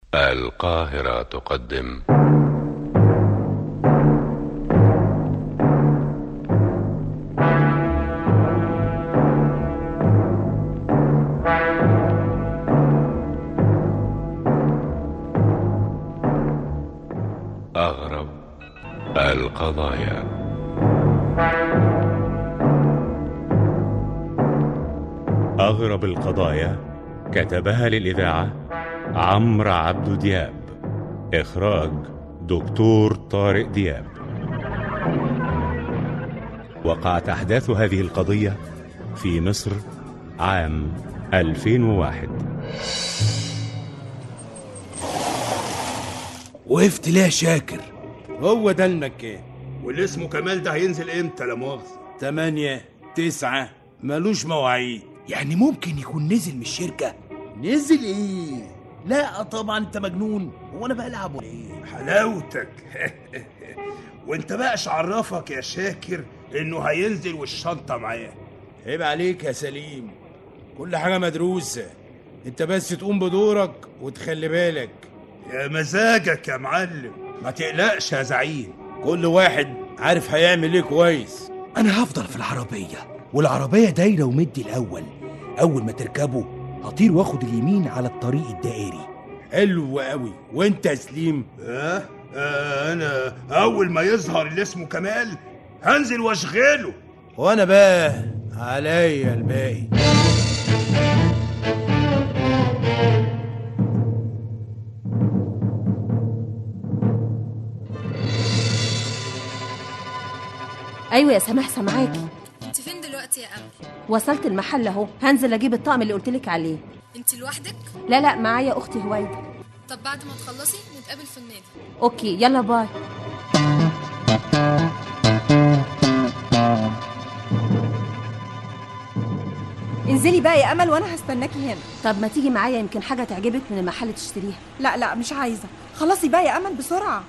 القاهرة تقدم أغرب القضايا. أغرب القضايا كتبها للإذاعة عمرو عبد دياب، إخراج دكتور طارق دياب. وقعت أحداث هذه القضية في مصر عام 2001. وقفت ليه يا شاكر؟ هو ده المكان. واللي اسمه كمال ده هينزل امتى لا مؤاخذة؟ 8 9 ملوش مواعيد. يعني ممكن يكون نزل من الشركة؟ نزل ايه؟ لا طبعا انت مجنون، هو انا بلعب ولا ايه؟ حلاوتك. وانت بقاش عرفك يا شاكر انه هينزل والشنطة معاه؟ عيب عليك يا سليم، كل حاجة مدروسة، انت بس تقوم بدورك وتخلي بالك. يا مزاجك يا معلم، ما تقلقش يا زعيم، كل واحد عارف هيعمل ايه كويس. انا هفضل في العربية، والعربية دايرة ومدي الاول. اول ما تركبه هطير واخد اليمين على الطريق الدائري. حلو قوي. وانت يا سليم؟ انا اول ما يظهر اللي اسمه كمال هنزل واشغله، وانا بقى عليا الباقي. ايوه يا سماح سامعاكي. انت فين دلوقتي يا امل؟ وصلت المحل اهو، هنزل اجيب الطقم اللي قلتلك عليه. انت لوحدك؟ لا معايا اختي هويدا. طب بعد ما تخلصي نتقابل في النادي. اوكي يلا باي. انزلي بقى يا امل وانا هستناكي هنا. طب ما تيجي معايا، يمكن حاجه تعجبك من المحل تشتريها. لا مش عايزه، خلصي بقى يا امل بسرعه.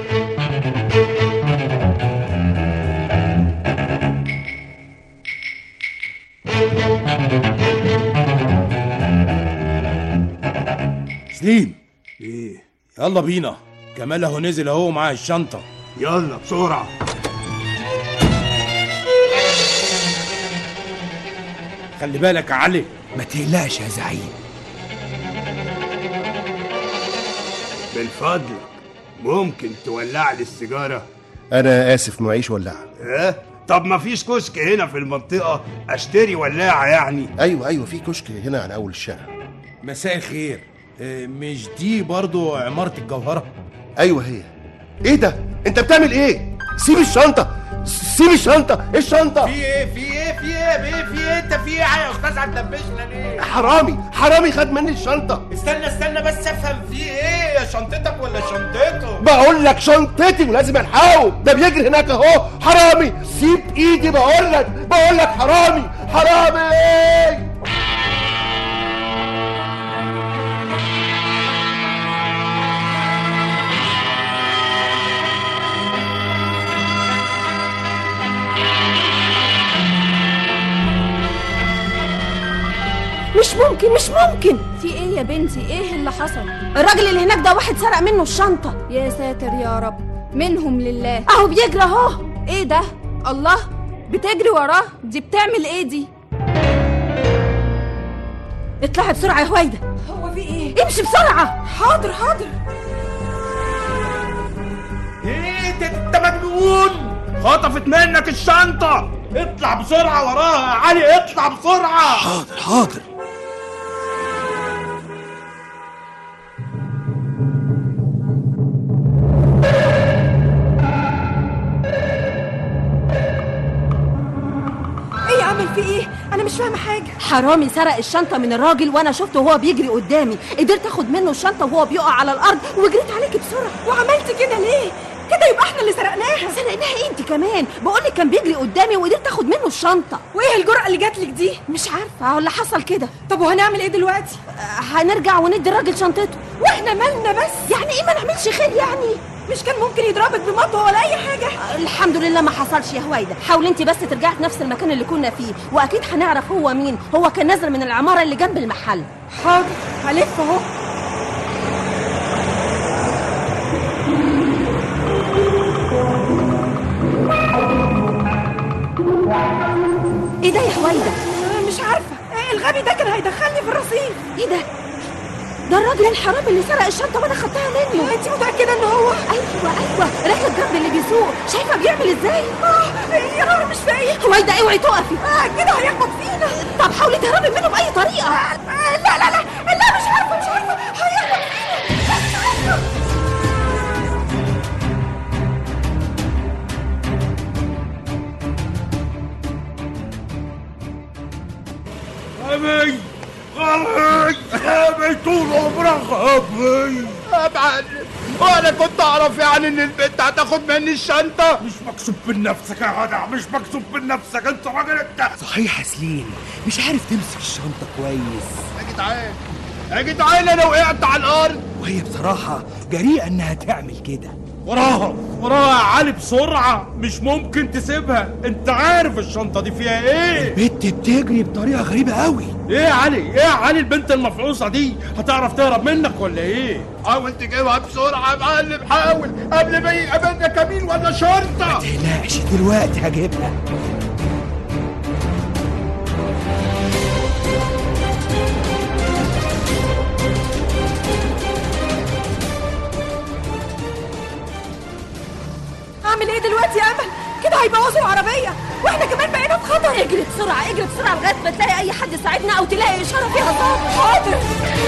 سليم، ايه؟ يلا بينا، كمال اهو نزل اهو معاه الشنطة. يلا بسرعة. خلي بالك يا علي. ما تقلقش يا زعيم. من فضلك ممكن تولع لي السيجارة؟ أنا آسف معيش ولاعة. طب ما فيش كشك هنا في المنطقة اشتري ولاعة يعني؟ أيوة في كشك هنا عن أول الشارع. مساء الخير، مش دي برضو عمارة الجوهرة؟ أيوة هي. إيه ده؟ أنت بتعمل إيه؟ سيب الشنطة، سيب الشنطة. إيه الشنطة؟ في إيه؟ أنت في إيه يا أستاذ؟ هتدبشنا ليه؟ حرامي خد مني الشنطة. استنى بس أفهم في إيه، شنطتك ولا شنطته؟ بقول لك شنطتي ولازم ألحقه، ده بيجري هناك أهو. حرامي، سيب إيدي. بقول لك حرامي. مش ممكن. في ايه يا بنتي؟ ايه اللي حصل؟ الراجل اللي هناك ده واحد سرق منه الشنطة. يا ساتر يا رب، منهم لله. اهو بيجري اهو. ايه ده؟ الله، بتجري وراه؟ دي بتعمل ايه دي؟ اطلعي بسرعة يا هويدا. هو في ايه؟ امشي بسرعة. حاضر. ايه انت مجنون؟ خطفت منك الشنطة، اطلع بسرعة وراها يا علي، اطلع بسرعة. حاضر. ايه يا امل في ايه؟ انا مش فاهمة حاجة. حرامي سرق الشنطة من الراجل وانا شفته وهو بيجري قدامي، قدرت اخد منه الشنطة وهو بيقع على الارض وجريت عليكي بسرعة. وعملت كده ليه؟ كده يبقى احنا اللي سرقناها. سرقناها انت كمان؟ بقولك كان بيجري قدامي وقدرت اخد منه الشنطة. وايه الجرأة اللي جاتلك دي؟ مش عارفة اللي حصل كده. طب وهنعمل ايه دلوقتي؟ هنرجع وندي الراجل شنطته. واحنا مالنا بس؟ يعني ايه ما نعملش خير يعني؟ مش كان ممكن يضربك بمطوه ولا اي حاجه؟ الحمد لله ما حصلش يا هويدا. حاولي انت بس ترجعي في نفس المكان اللي كنا فيه، واكيد هنعرف هو مين. هو كان نازل من العماره اللي جنب المحل. حاضر، هلف اهو. ايه ده يا هويدا؟ مش عارفه، الغبي ده كان هيدخلني في الرصيف. ايه ده الراجل الحرامي اللي سرق الشنطه وانا خدتها منه. انت متاكده ان هو؟ ايوه راكب جنب اللي بيسوق. شايفه بيعمل ازاي؟ يا نهار مش فايق. هويدا اوعي تقفي. كده هيخبط فينا. طب حاولي تهربي منه باي طريقه. لا مش عارفه هيخبط فينا. مش عارفه. غبي طول عمرك غبي. ابعد. وانا كنت اعرف يعني ان البنت هتاخد مني الشنطه؟ مش مكسوب من نفسك يا جدع، مش مكسوب من نفسك، انت راجل انت. صحيح يا سليم، مش عارف تمسك الشنطه كويس. يا جدعان انا وقعت على الارض. وهي بصراحه جريئه انها تعمل كده. وراها يا علي بسرعة، مش ممكن تسيبها. انت عارف الشنطة دي فيها ايه؟ البت بتجري بطريقه غريبه قوي. ايه يا علي البنت المفعوصة دي هتعرف تهرب منك ولا ايه؟ حاول تجيبها بسرعه يا معلم، حاول قبل ما يقابلنا كمين ولا شرطه. ما تقلقش دلوقتي هجيبها. اعمل ايه دلوقتي يا امل؟ كده هيبوظوا العربيه واحنا كمان بقينا في خطر. اجري بسرعه لغايه ما تلاقي اي حد يساعدنا او تلاقي اشاره فيها صوت. حاضر.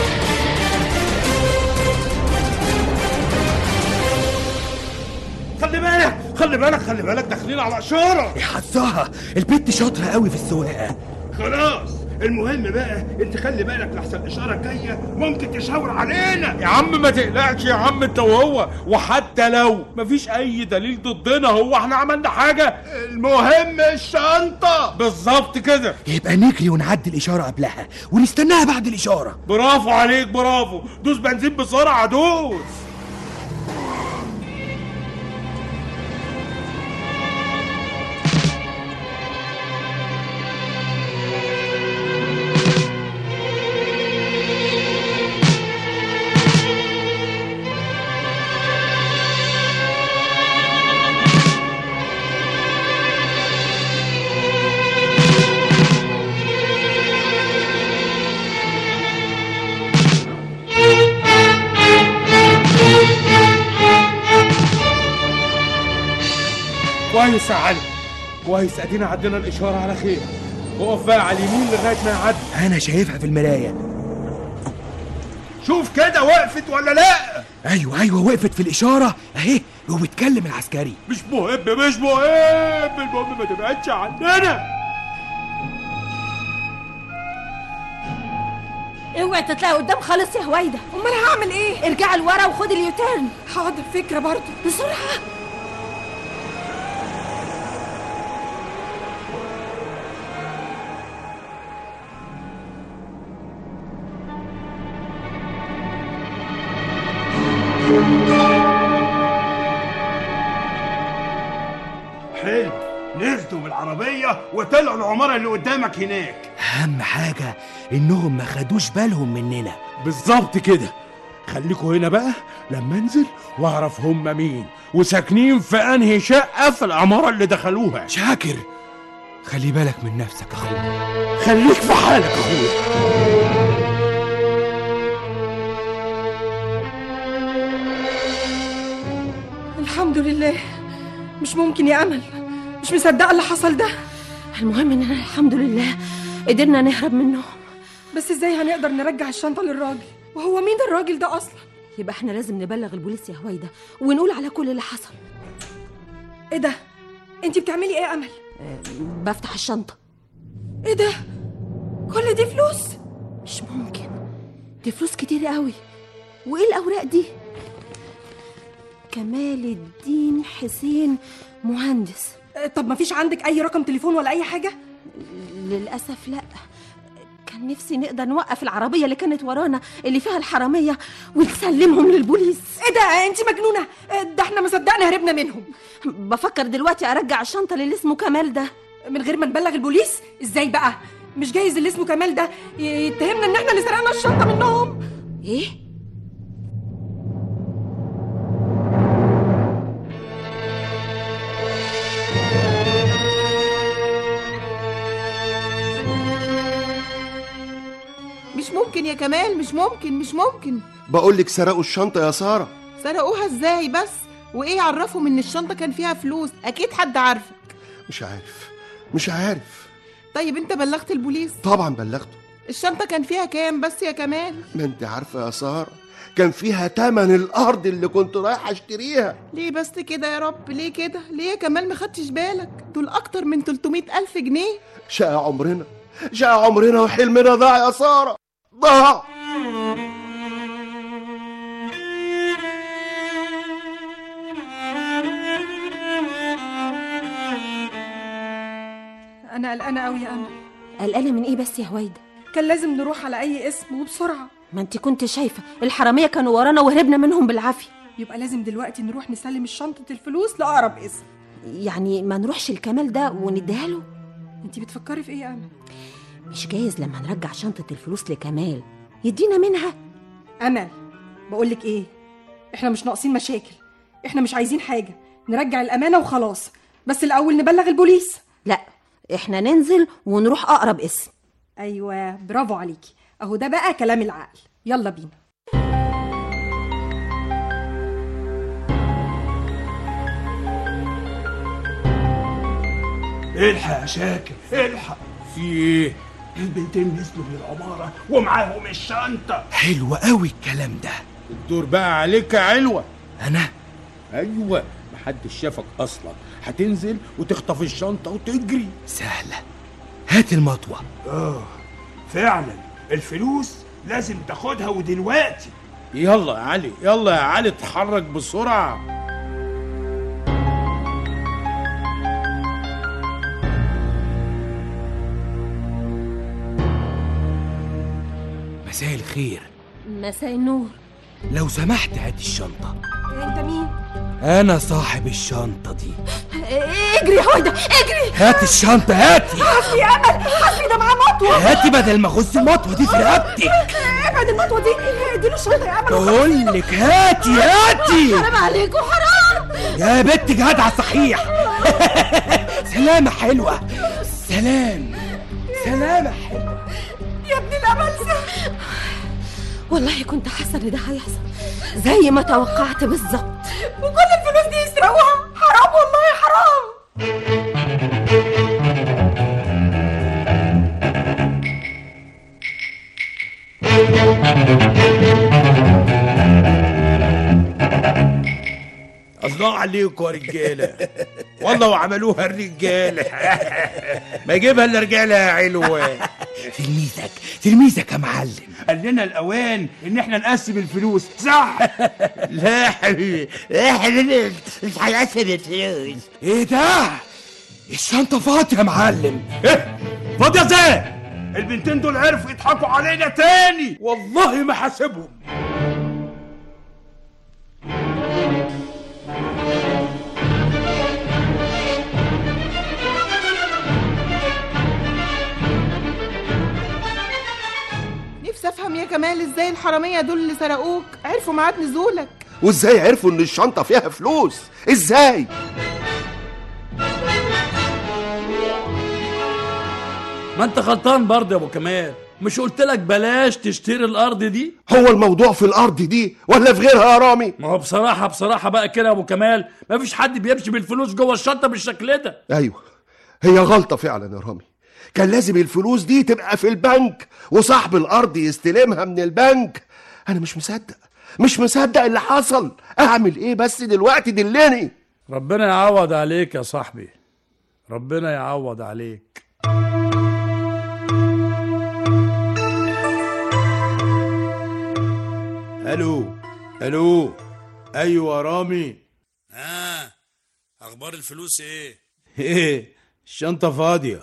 خلي بالك داخلين على اشاره. يا حظها البت شاطره قوي في السواقه. خلاص المهم بقى انت خلي بالك لحسن الاشاره الجايه ممكن تشاور علينا. يا عم ما تقلقش يا عم انت وهو، وحتى لو مفيش اي دليل ضدنا، هو احنا عملنا حاجه؟ المهم الشنطه. بالظبط كده. يبقى نجري ونعدي الاشاره قبلها ونستناها بعد الاشاره. برافو عليك برافو. دوس بنزين بسرعه دوس. كويس يا علي، كويس ادينا عدينا الاشاره على خير. اقف بقى على اليمين لغايه ما يعدي. انا شايفها في المرايه. شوف كده وقفت ولا لا؟ ايوه وقفت في الاشاره اهي وبتكلم العسكري. مش مهم المهم ما تبعدش عننا. اوعي تطلعي قدام خالص يا هويدا. امال هعمل ايه؟ ارجعي لورا وخدي اليوتيرن. حاضر، فكره برضه. بسرعه. حلو، نزلوا بالعربية وطلعوا العمارة اللي قدامك هناك. اهم حاجه انهم ما خدوش بالهم مننا. بالظبط كده. خليكوا هنا بقى لما انزل واعرف هم مين وساكنين في انهي شقة في العمارة اللي دخلوها. شاكر خلي بالك من نفسك اخويا. خليك في حالك اخويا. الحمد لله. مش ممكن يا امل، مش مصدقه اللي حصل ده. المهم اننا الحمد لله قدرنا نهرب منهم. بس ازاي هنقدر نرجع الشنطه للراجل؟ وهو مين الراجل ده اصلا؟ يبقى احنا لازم نبلغ البوليس يا هويدا ونقول على كل اللي حصل. ايه ده؟ انتي بتعملي ايه يا امل؟ بفتح الشنطه. ايه ده؟ كل دي فلوس؟ مش ممكن، دي فلوس كتير قوي. وايه الاوراق دي؟ كمال الدين حسين مهندس. طب ما فيش عندك اي رقم تليفون ولا اي حاجه؟ للاسف لا. كان نفسي نقدر نوقف العربيه اللي كانت ورانا اللي فيها الحراميه ونسلمهم للبوليس. ايه ده؟ انت مجنونه؟ ده احنا ما صدقنا هربنا منهم. بفكر دلوقتي ارجع الشنطه للي اسمه كمال ده من غير ما نبلغ البوليس. ازاي بقى؟ مش جايز اللي اسمه كمال ده يتهمنا ان احنا اللي سرقنا الشنطه منهم. ايه؟ يا كمال، مش ممكن. بقول لك سرقوا الشنطه يا ساره. سرقوها ازاي بس؟ وايه عرفهم ان الشنطه كان فيها فلوس؟ اكيد حد عارفك. مش عارف. طيب انت بلغت البوليس؟ طبعا بلغته. الشنطه كان فيها كام بس يا كمال؟ ما انت عارفه يا ساره، كان فيها تمن الارض اللي كنت رايح اشتريها. ليه بس كده يا رب؟ ليه كده؟ ليه يا كمال ما خدتش بالك؟ دول اكتر من 300,000 جنيه. شقى عمرنا وحلمنا ضاع يا ساره، ضاع. انا قلقانه قوي يا امل. قلقانه من ايه بس يا هويدا؟ كان لازم نروح على اي اسم وبسرعه. ما انت كنت شايفه الحراميه كانوا ورانا وهربنا منهم بالعافيه. يبقى لازم دلوقتي نروح نسلم شنطه الفلوس لاقرب اسم. يعني ما نروحش الكمال ده ونديها له؟ انت بتفكري في ايه يا امل؟ مش جايز لما نرجع شنطه الفلوس لكمال يدينا منها؟ امل بقولك ايه، احنا مش ناقصين مشاكل، احنا مش عايزين حاجه، نرجع الامانه وخلاص. بس الاول نبلغ البوليس. لا، احنا ننزل ونروح اقرب اسم. ايوه برافو عليكي، اهو ده بقى كلام العقل. يلا بينا. الحق يا شاكر، الحق. في ايه؟ البنتين نزلوا من العماره ومعاهم الشنطه. حلو قوي الكلام ده. الدور بقى عليك يا علوة. انا؟ ايوه، محدش شافك اصلا. هتنزل وتخطف الشنطه وتجري. سهله، هات المطوه. فعلا الفلوس لازم تاخدها ودلوقتي. يلا يا علي اتحرك بسرعه. مساء الخير. مساء النور. لو سمحت هات الشنطه. انت مين؟ انا صاحب الشنطه دي. اجري يا هويدا، اجري. هات الشنطه، هاتي. حسبي يا امل، حسبي ده معاه مطوه. هاتي بدل ما اخص المطوه دي في رقبتك. ابعد المطوه دي، اديله الشنطه يا امل. بقول لك هاتي. حرام عليكم، حرام يا بنت جدعه صحيح. سلامه حلوه، سلامه حلوه يا ابن الامل. والله كنت حاسه ان ده هيحصل زي ما توقعت بالظبط. وكل الفلوس دي يسرقوها؟ حرام والله حرام. الله عليكم يا رجاله، والله وعملوها الرجاله. ما يجيبها الا رجاله يا علوة. تلميذك يا معلم. قال لنا الاوان ان احنا نقسم الفلوس، صح؟ لا يا حبيبي، احنا مش هنقسم الفلوس. ايه ده؟ الشنطه فاضيه يا معلم. فاضيه ازاي؟ البنتين دول عرفوا يضحكوا علينا تاني، والله ما حاسبهم. نفسي افهم يا كمال ازاي الحراميه دول اللي سرقوك عرفوا ميعاد نزولك. وازاي عرفوا ان الشنطه فيها فلوس؟ ازاي؟ ما انت غلطان برضه يا ابو كمال، مش قلت لك بلاش تشتري الارض دي؟ هو الموضوع في الارض دي ولا في غيرها يا رامي؟ ما هو بصراحه بقى كده يا ابو كمال، ما فيش حد بيمشي بالفلوس جوه الشنطه بالشكل ده. ايوه، هي غلطه فعلا يا رامي. كان لازم الفلوس دي تبقى في البنك وصاحب الارض يستلمها من البنك. انا مش مصدق اللي حصل. اعمل ايه بس دلوقتي؟ دلني. ربنا يعوض عليك يا صاحبي، ربنا يعوض عليك. الو ايوه رامي. اخبار الفلوس ايه؟ ايه، الشنطه فاضيه.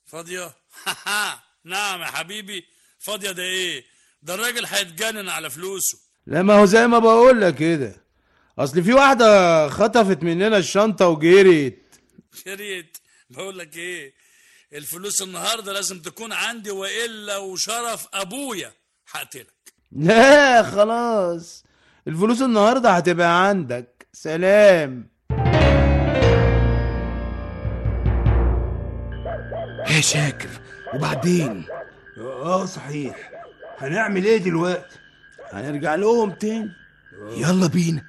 نعم يا حبيبي، فاضيه ده ايه؟ ده الراجل هيتجنن على فلوسه. لا، ما هو زي ما بقول لك كده، اصل في واحده خطفت مننا الشنطه وجريت. بقول لك ايه، الفلوس النهارده لازم تكون عندي، والا وشرف ابويا هقتلك. لا خلاص، الفلوس النهارده هتبقى عندك. سلام. يا شاكر، وبعدين؟ صحيح، هنعمل ايه دلوقتي؟ هنرجع لهم تاني. يلا بينا.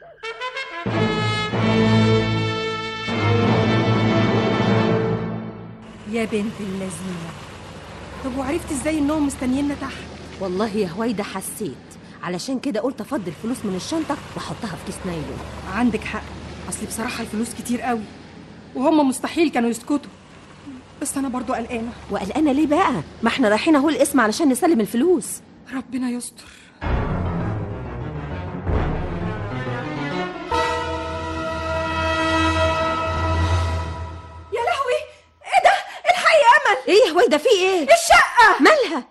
يا بنت اللذينة، طب وعرفت ازاي انهم مستنييننا تحت؟ والله يا هويدا حسيت، علشان كده قلت افضي الفلوس من الشنطه واحطها في كيس نايلون. عندك حق، اصل بصراحه الفلوس كتير قوي وهم مستحيل كانوا يسكتوا، بس انا برضو قلقانه. وقلقانه ليه بقى؟ ما احنا رايحين اهو القسم علشان نسلم الفلوس. ربنا يستر. يا لهوي، ايه ده؟ الحقي يا امل. ايه يا هويدا، في ايه؟ الشقه مالها؟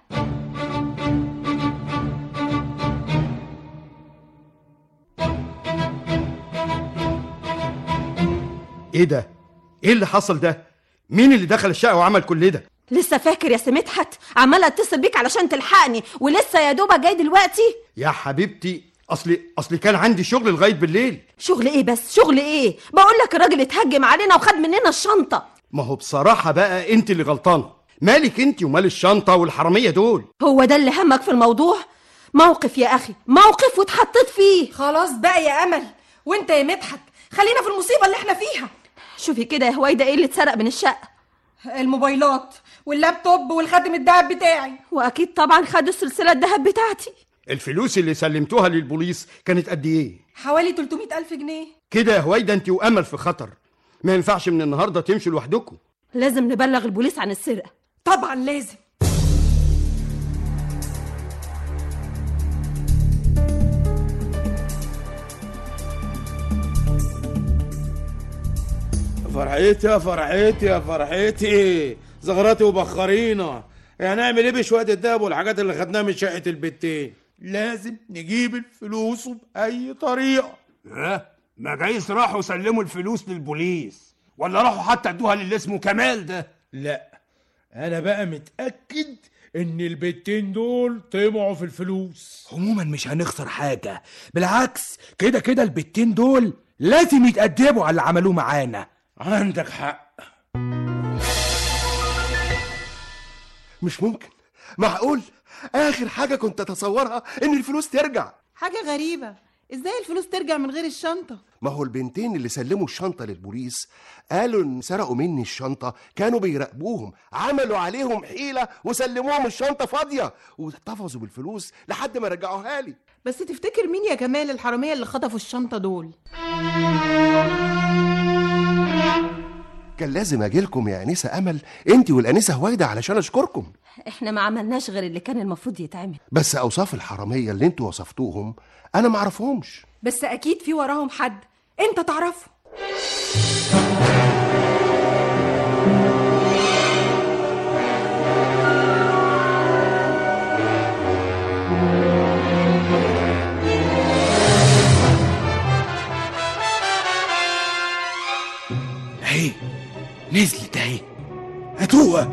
ايه ده؟ ايه اللي حصل ده؟ مين اللي دخل الشقه وعمل كل ده؟ لسه فاكر يا سمدحت؟ عماله اتصل بيك علشان تلحقني ولسه يا دوبك جاي دلوقتي. يا حبيبتي اصلي كان عندي شغل لغايه بالليل. شغل ايه بس؟ شغل ايه؟ بقول لك الراجل اتهجم علينا وخد مننا الشنطه. ما هو بصراحه بقى انت اللي غلطانه. مالك انت ومال الشنطه والحراميه دول؟ هو ده اللي همك في الموضوع؟ موقف يا اخي، موقف واتحطيت فيه. خلاص بقى يا امل، وانت يا مدحت خلينا في المصيبه اللي احنا فيها. شوفي كده يا هويدا، ايه اللي اتسرق من الشقه؟ الموبايلات واللابتوب والخاتم الدهب بتاعي. واكيد طبعا خدوا السلسله الدهب بتاعتي. الفلوس اللي سلمتوها للبوليس كانت قد ايه؟ حوالي 300,000 جنيه. كده يا هويدا انت وامل في خطر، ما ينفعش من النهارده تمشوا لوحدكم. لازم نبلغ البوليس عن السرقه. طبعا لازم. فرحتي يا فرحتي يا فرحتي، زغراتي وبخرينا. هنعمل ايه بشويه الدهب والحاجات اللي خدناها من شقه البتين؟ لازم نجيب الفلوس باي طريقه. ما جايز راحوا سلموا الفلوس للبوليس، ولا راحوا حتى ادوها للي اسمه كمال ده؟ لا، انا بقى متاكد ان البتين دول طمعوا في الفلوس. عموما مش هنخسر حاجه، بالعكس كده كده البتين دول لازم يتأدبوا على اللي عملوه معانا. عندك حق. مش ممكن، معقول اخر حاجه كنت اتصورها ان الفلوس ترجع. حاجة غريبة، ازاي الفلوس ترجع من غير الشنطة؟ ما هو البنتين اللي سلموا الشنطه للبوليس قالوا ان سرقوا مني الشنطه، كانوا بيراقبوهم، عملوا عليهم حيله وسلموهم الشنطه فاضيه واحتفظوا بالفلوس لحد ما رجعوها لي. بس تفتكر مين يا كمال الحرامية اللي خطفوا الشنطة دول؟ كان لازم اجيلكم يا انسه امل، انت والانسه هويدا، علشان اشكركم. احنا ما عملناش غير اللي كان المفروض يتعمل. بس اوصاف الحراميه اللي انتوا وصفتوهم انا ما اعرفهمش. بس اكيد في وراهم حد انت تعرفه. اهي نزلت اهي، هاتوها.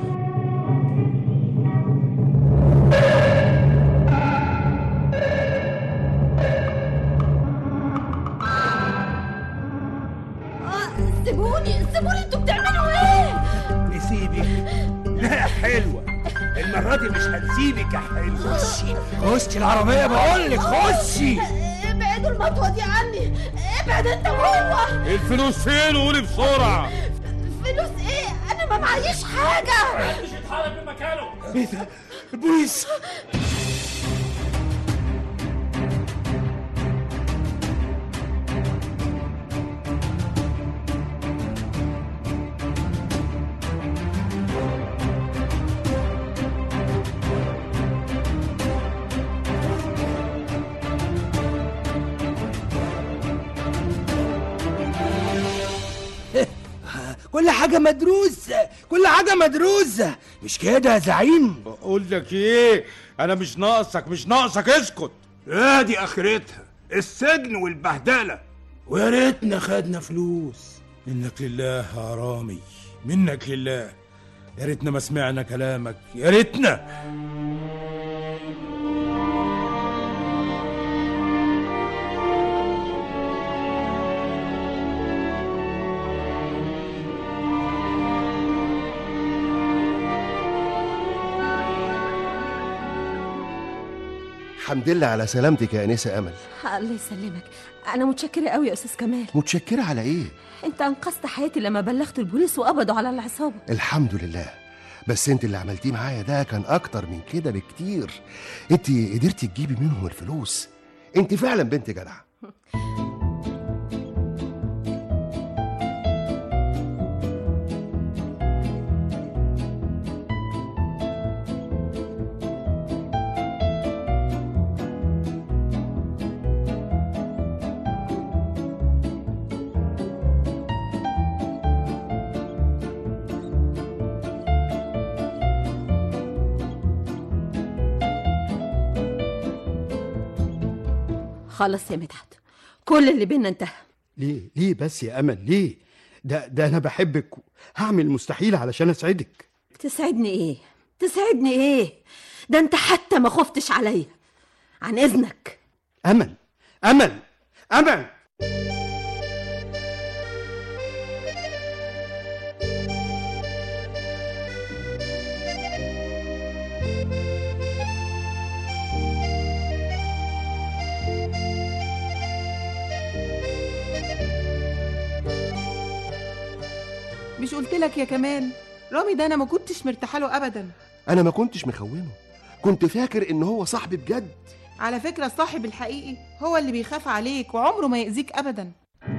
سيبوني انتوا بتعملوا ايه؟ نسيبك؟ لا حلوه، المره دي مش هنسيبك يا حلوه. خشي العربيه بقولك، خشي. ابعدوا المطوه دي عني، ابعد انت وهو. الفلوس فين؟ قولي بسرعه. فلوس ايه؟ انا ما معيش حاجه. مش يتحرك من مكانه. ايه ده؟ البوليس. كل حاجة مدروسة، كل حاجة مدروسة، مش كده يا زعيم؟ بقول لك ايه، انا مش ناقصك، اسكت. دي اخرتها السجن والبهدله. ويا ريتنا خدنا فلوس. منك لله يا رامي، منك لله. يا ريتنا ما سمعنا كلامك، يا ريتنا. الحمد لله على سلامتك يا انسه امل. الله يسلمك. انا متشكره قوي يا استاذ كمال. متشكره على ايه؟ انت انقذت حياتي لما بلغت البوليس وقبضوا على العصابه. الحمد لله. بس انت اللي عملتيه معايا ده كان اكتر من كده بكتير. انت قدرتي تجيبي منهم الفلوس. انت فعلا بنت جدعه. خلاص يا مدحت، كل اللي بينا انتهى. ليه بس يا امل؟ ليه؟ ده انا بحبك، هعمل المستحيل علشان اسعدك. تسعدني ايه؟ تسعدني ايه؟ ده انت حتى ما خفتش عليا. عن اذنك. امل امل امل. مش قلت لك يا كمال؟ رامي ده انا ما كنتش مرتاحه له ابدا. انا ما كنتش مخونه، كنت فاكر ان هو صاحبي بجد. على فكره الصاحب الحقيقي هو اللي بيخاف عليك وعمره ما يأذيك ابدا.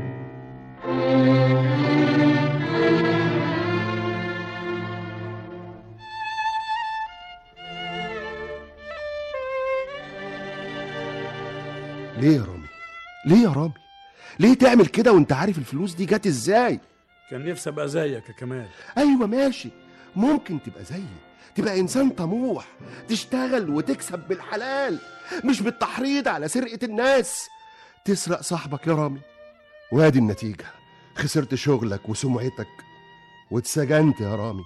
ليه يا رامي؟ ليه يا رامي؟ ليه تعمل كده وانت عارف الفلوس دي جت ازاي؟ كان نفسي ابقى زيك يا كمال. ايوه ماشي، ممكن تبقى زيي، تبقى انسان طموح، تشتغل وتكسب بالحلال مش بالتحريض على سرقة الناس. تسرق صاحبك يا رامي، وادي النتيجة، خسرت شغلك وسمعتك واتسجنت يا رامي.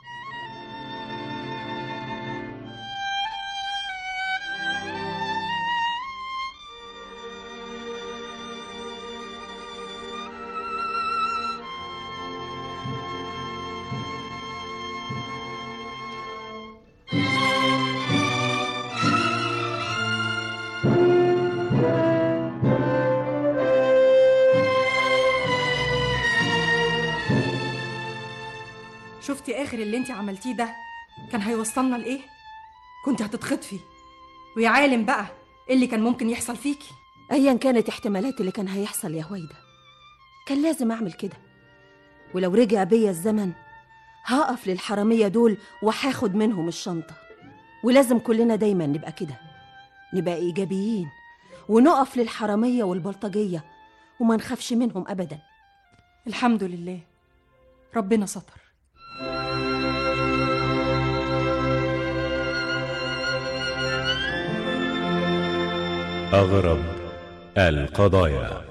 شفتي اخر اللي انت عملتيه ده كان هيوصلنا لايه؟ كنت هتتخطفي، ويا عالم بقى ايه اللي كان ممكن يحصل فيكي. ايا كانت احتمالات اللي كان هيحصل يا هويدا، كان لازم اعمل كده. ولو رجع بيا الزمن هقف للحرامية دول وهاخد منهم الشنطة. ولازم كلنا دايما نبقى كده، نبقى ايجابيين ونقف للحرامية والبلطجية وما نخافش منهم ابدا. الحمد لله ربنا ستر. أغرب القضايا.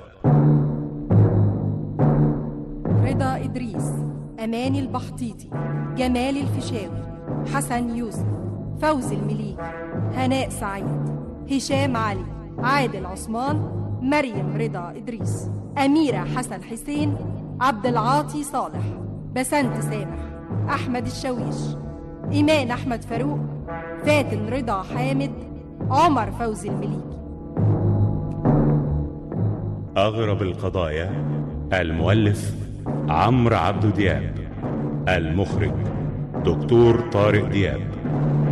رضا إدريس، أماني البحطيطي، جمال الفيشاوي، حسن يوسف، فوزي المليكي، هناء سعيد، هشام علي، عادل عثمان، مريم رضا إدريس، أميرة حسن حسين، عبد العاطي صالح، بسنت سامح، أحمد الشويش، إيمان أحمد فاروق، فاتن رضا حامد، عمر فوزي المليكي. أغرب القضايا. المؤلف عمرو عبد دياب. المخرج دكتور طارق دياب.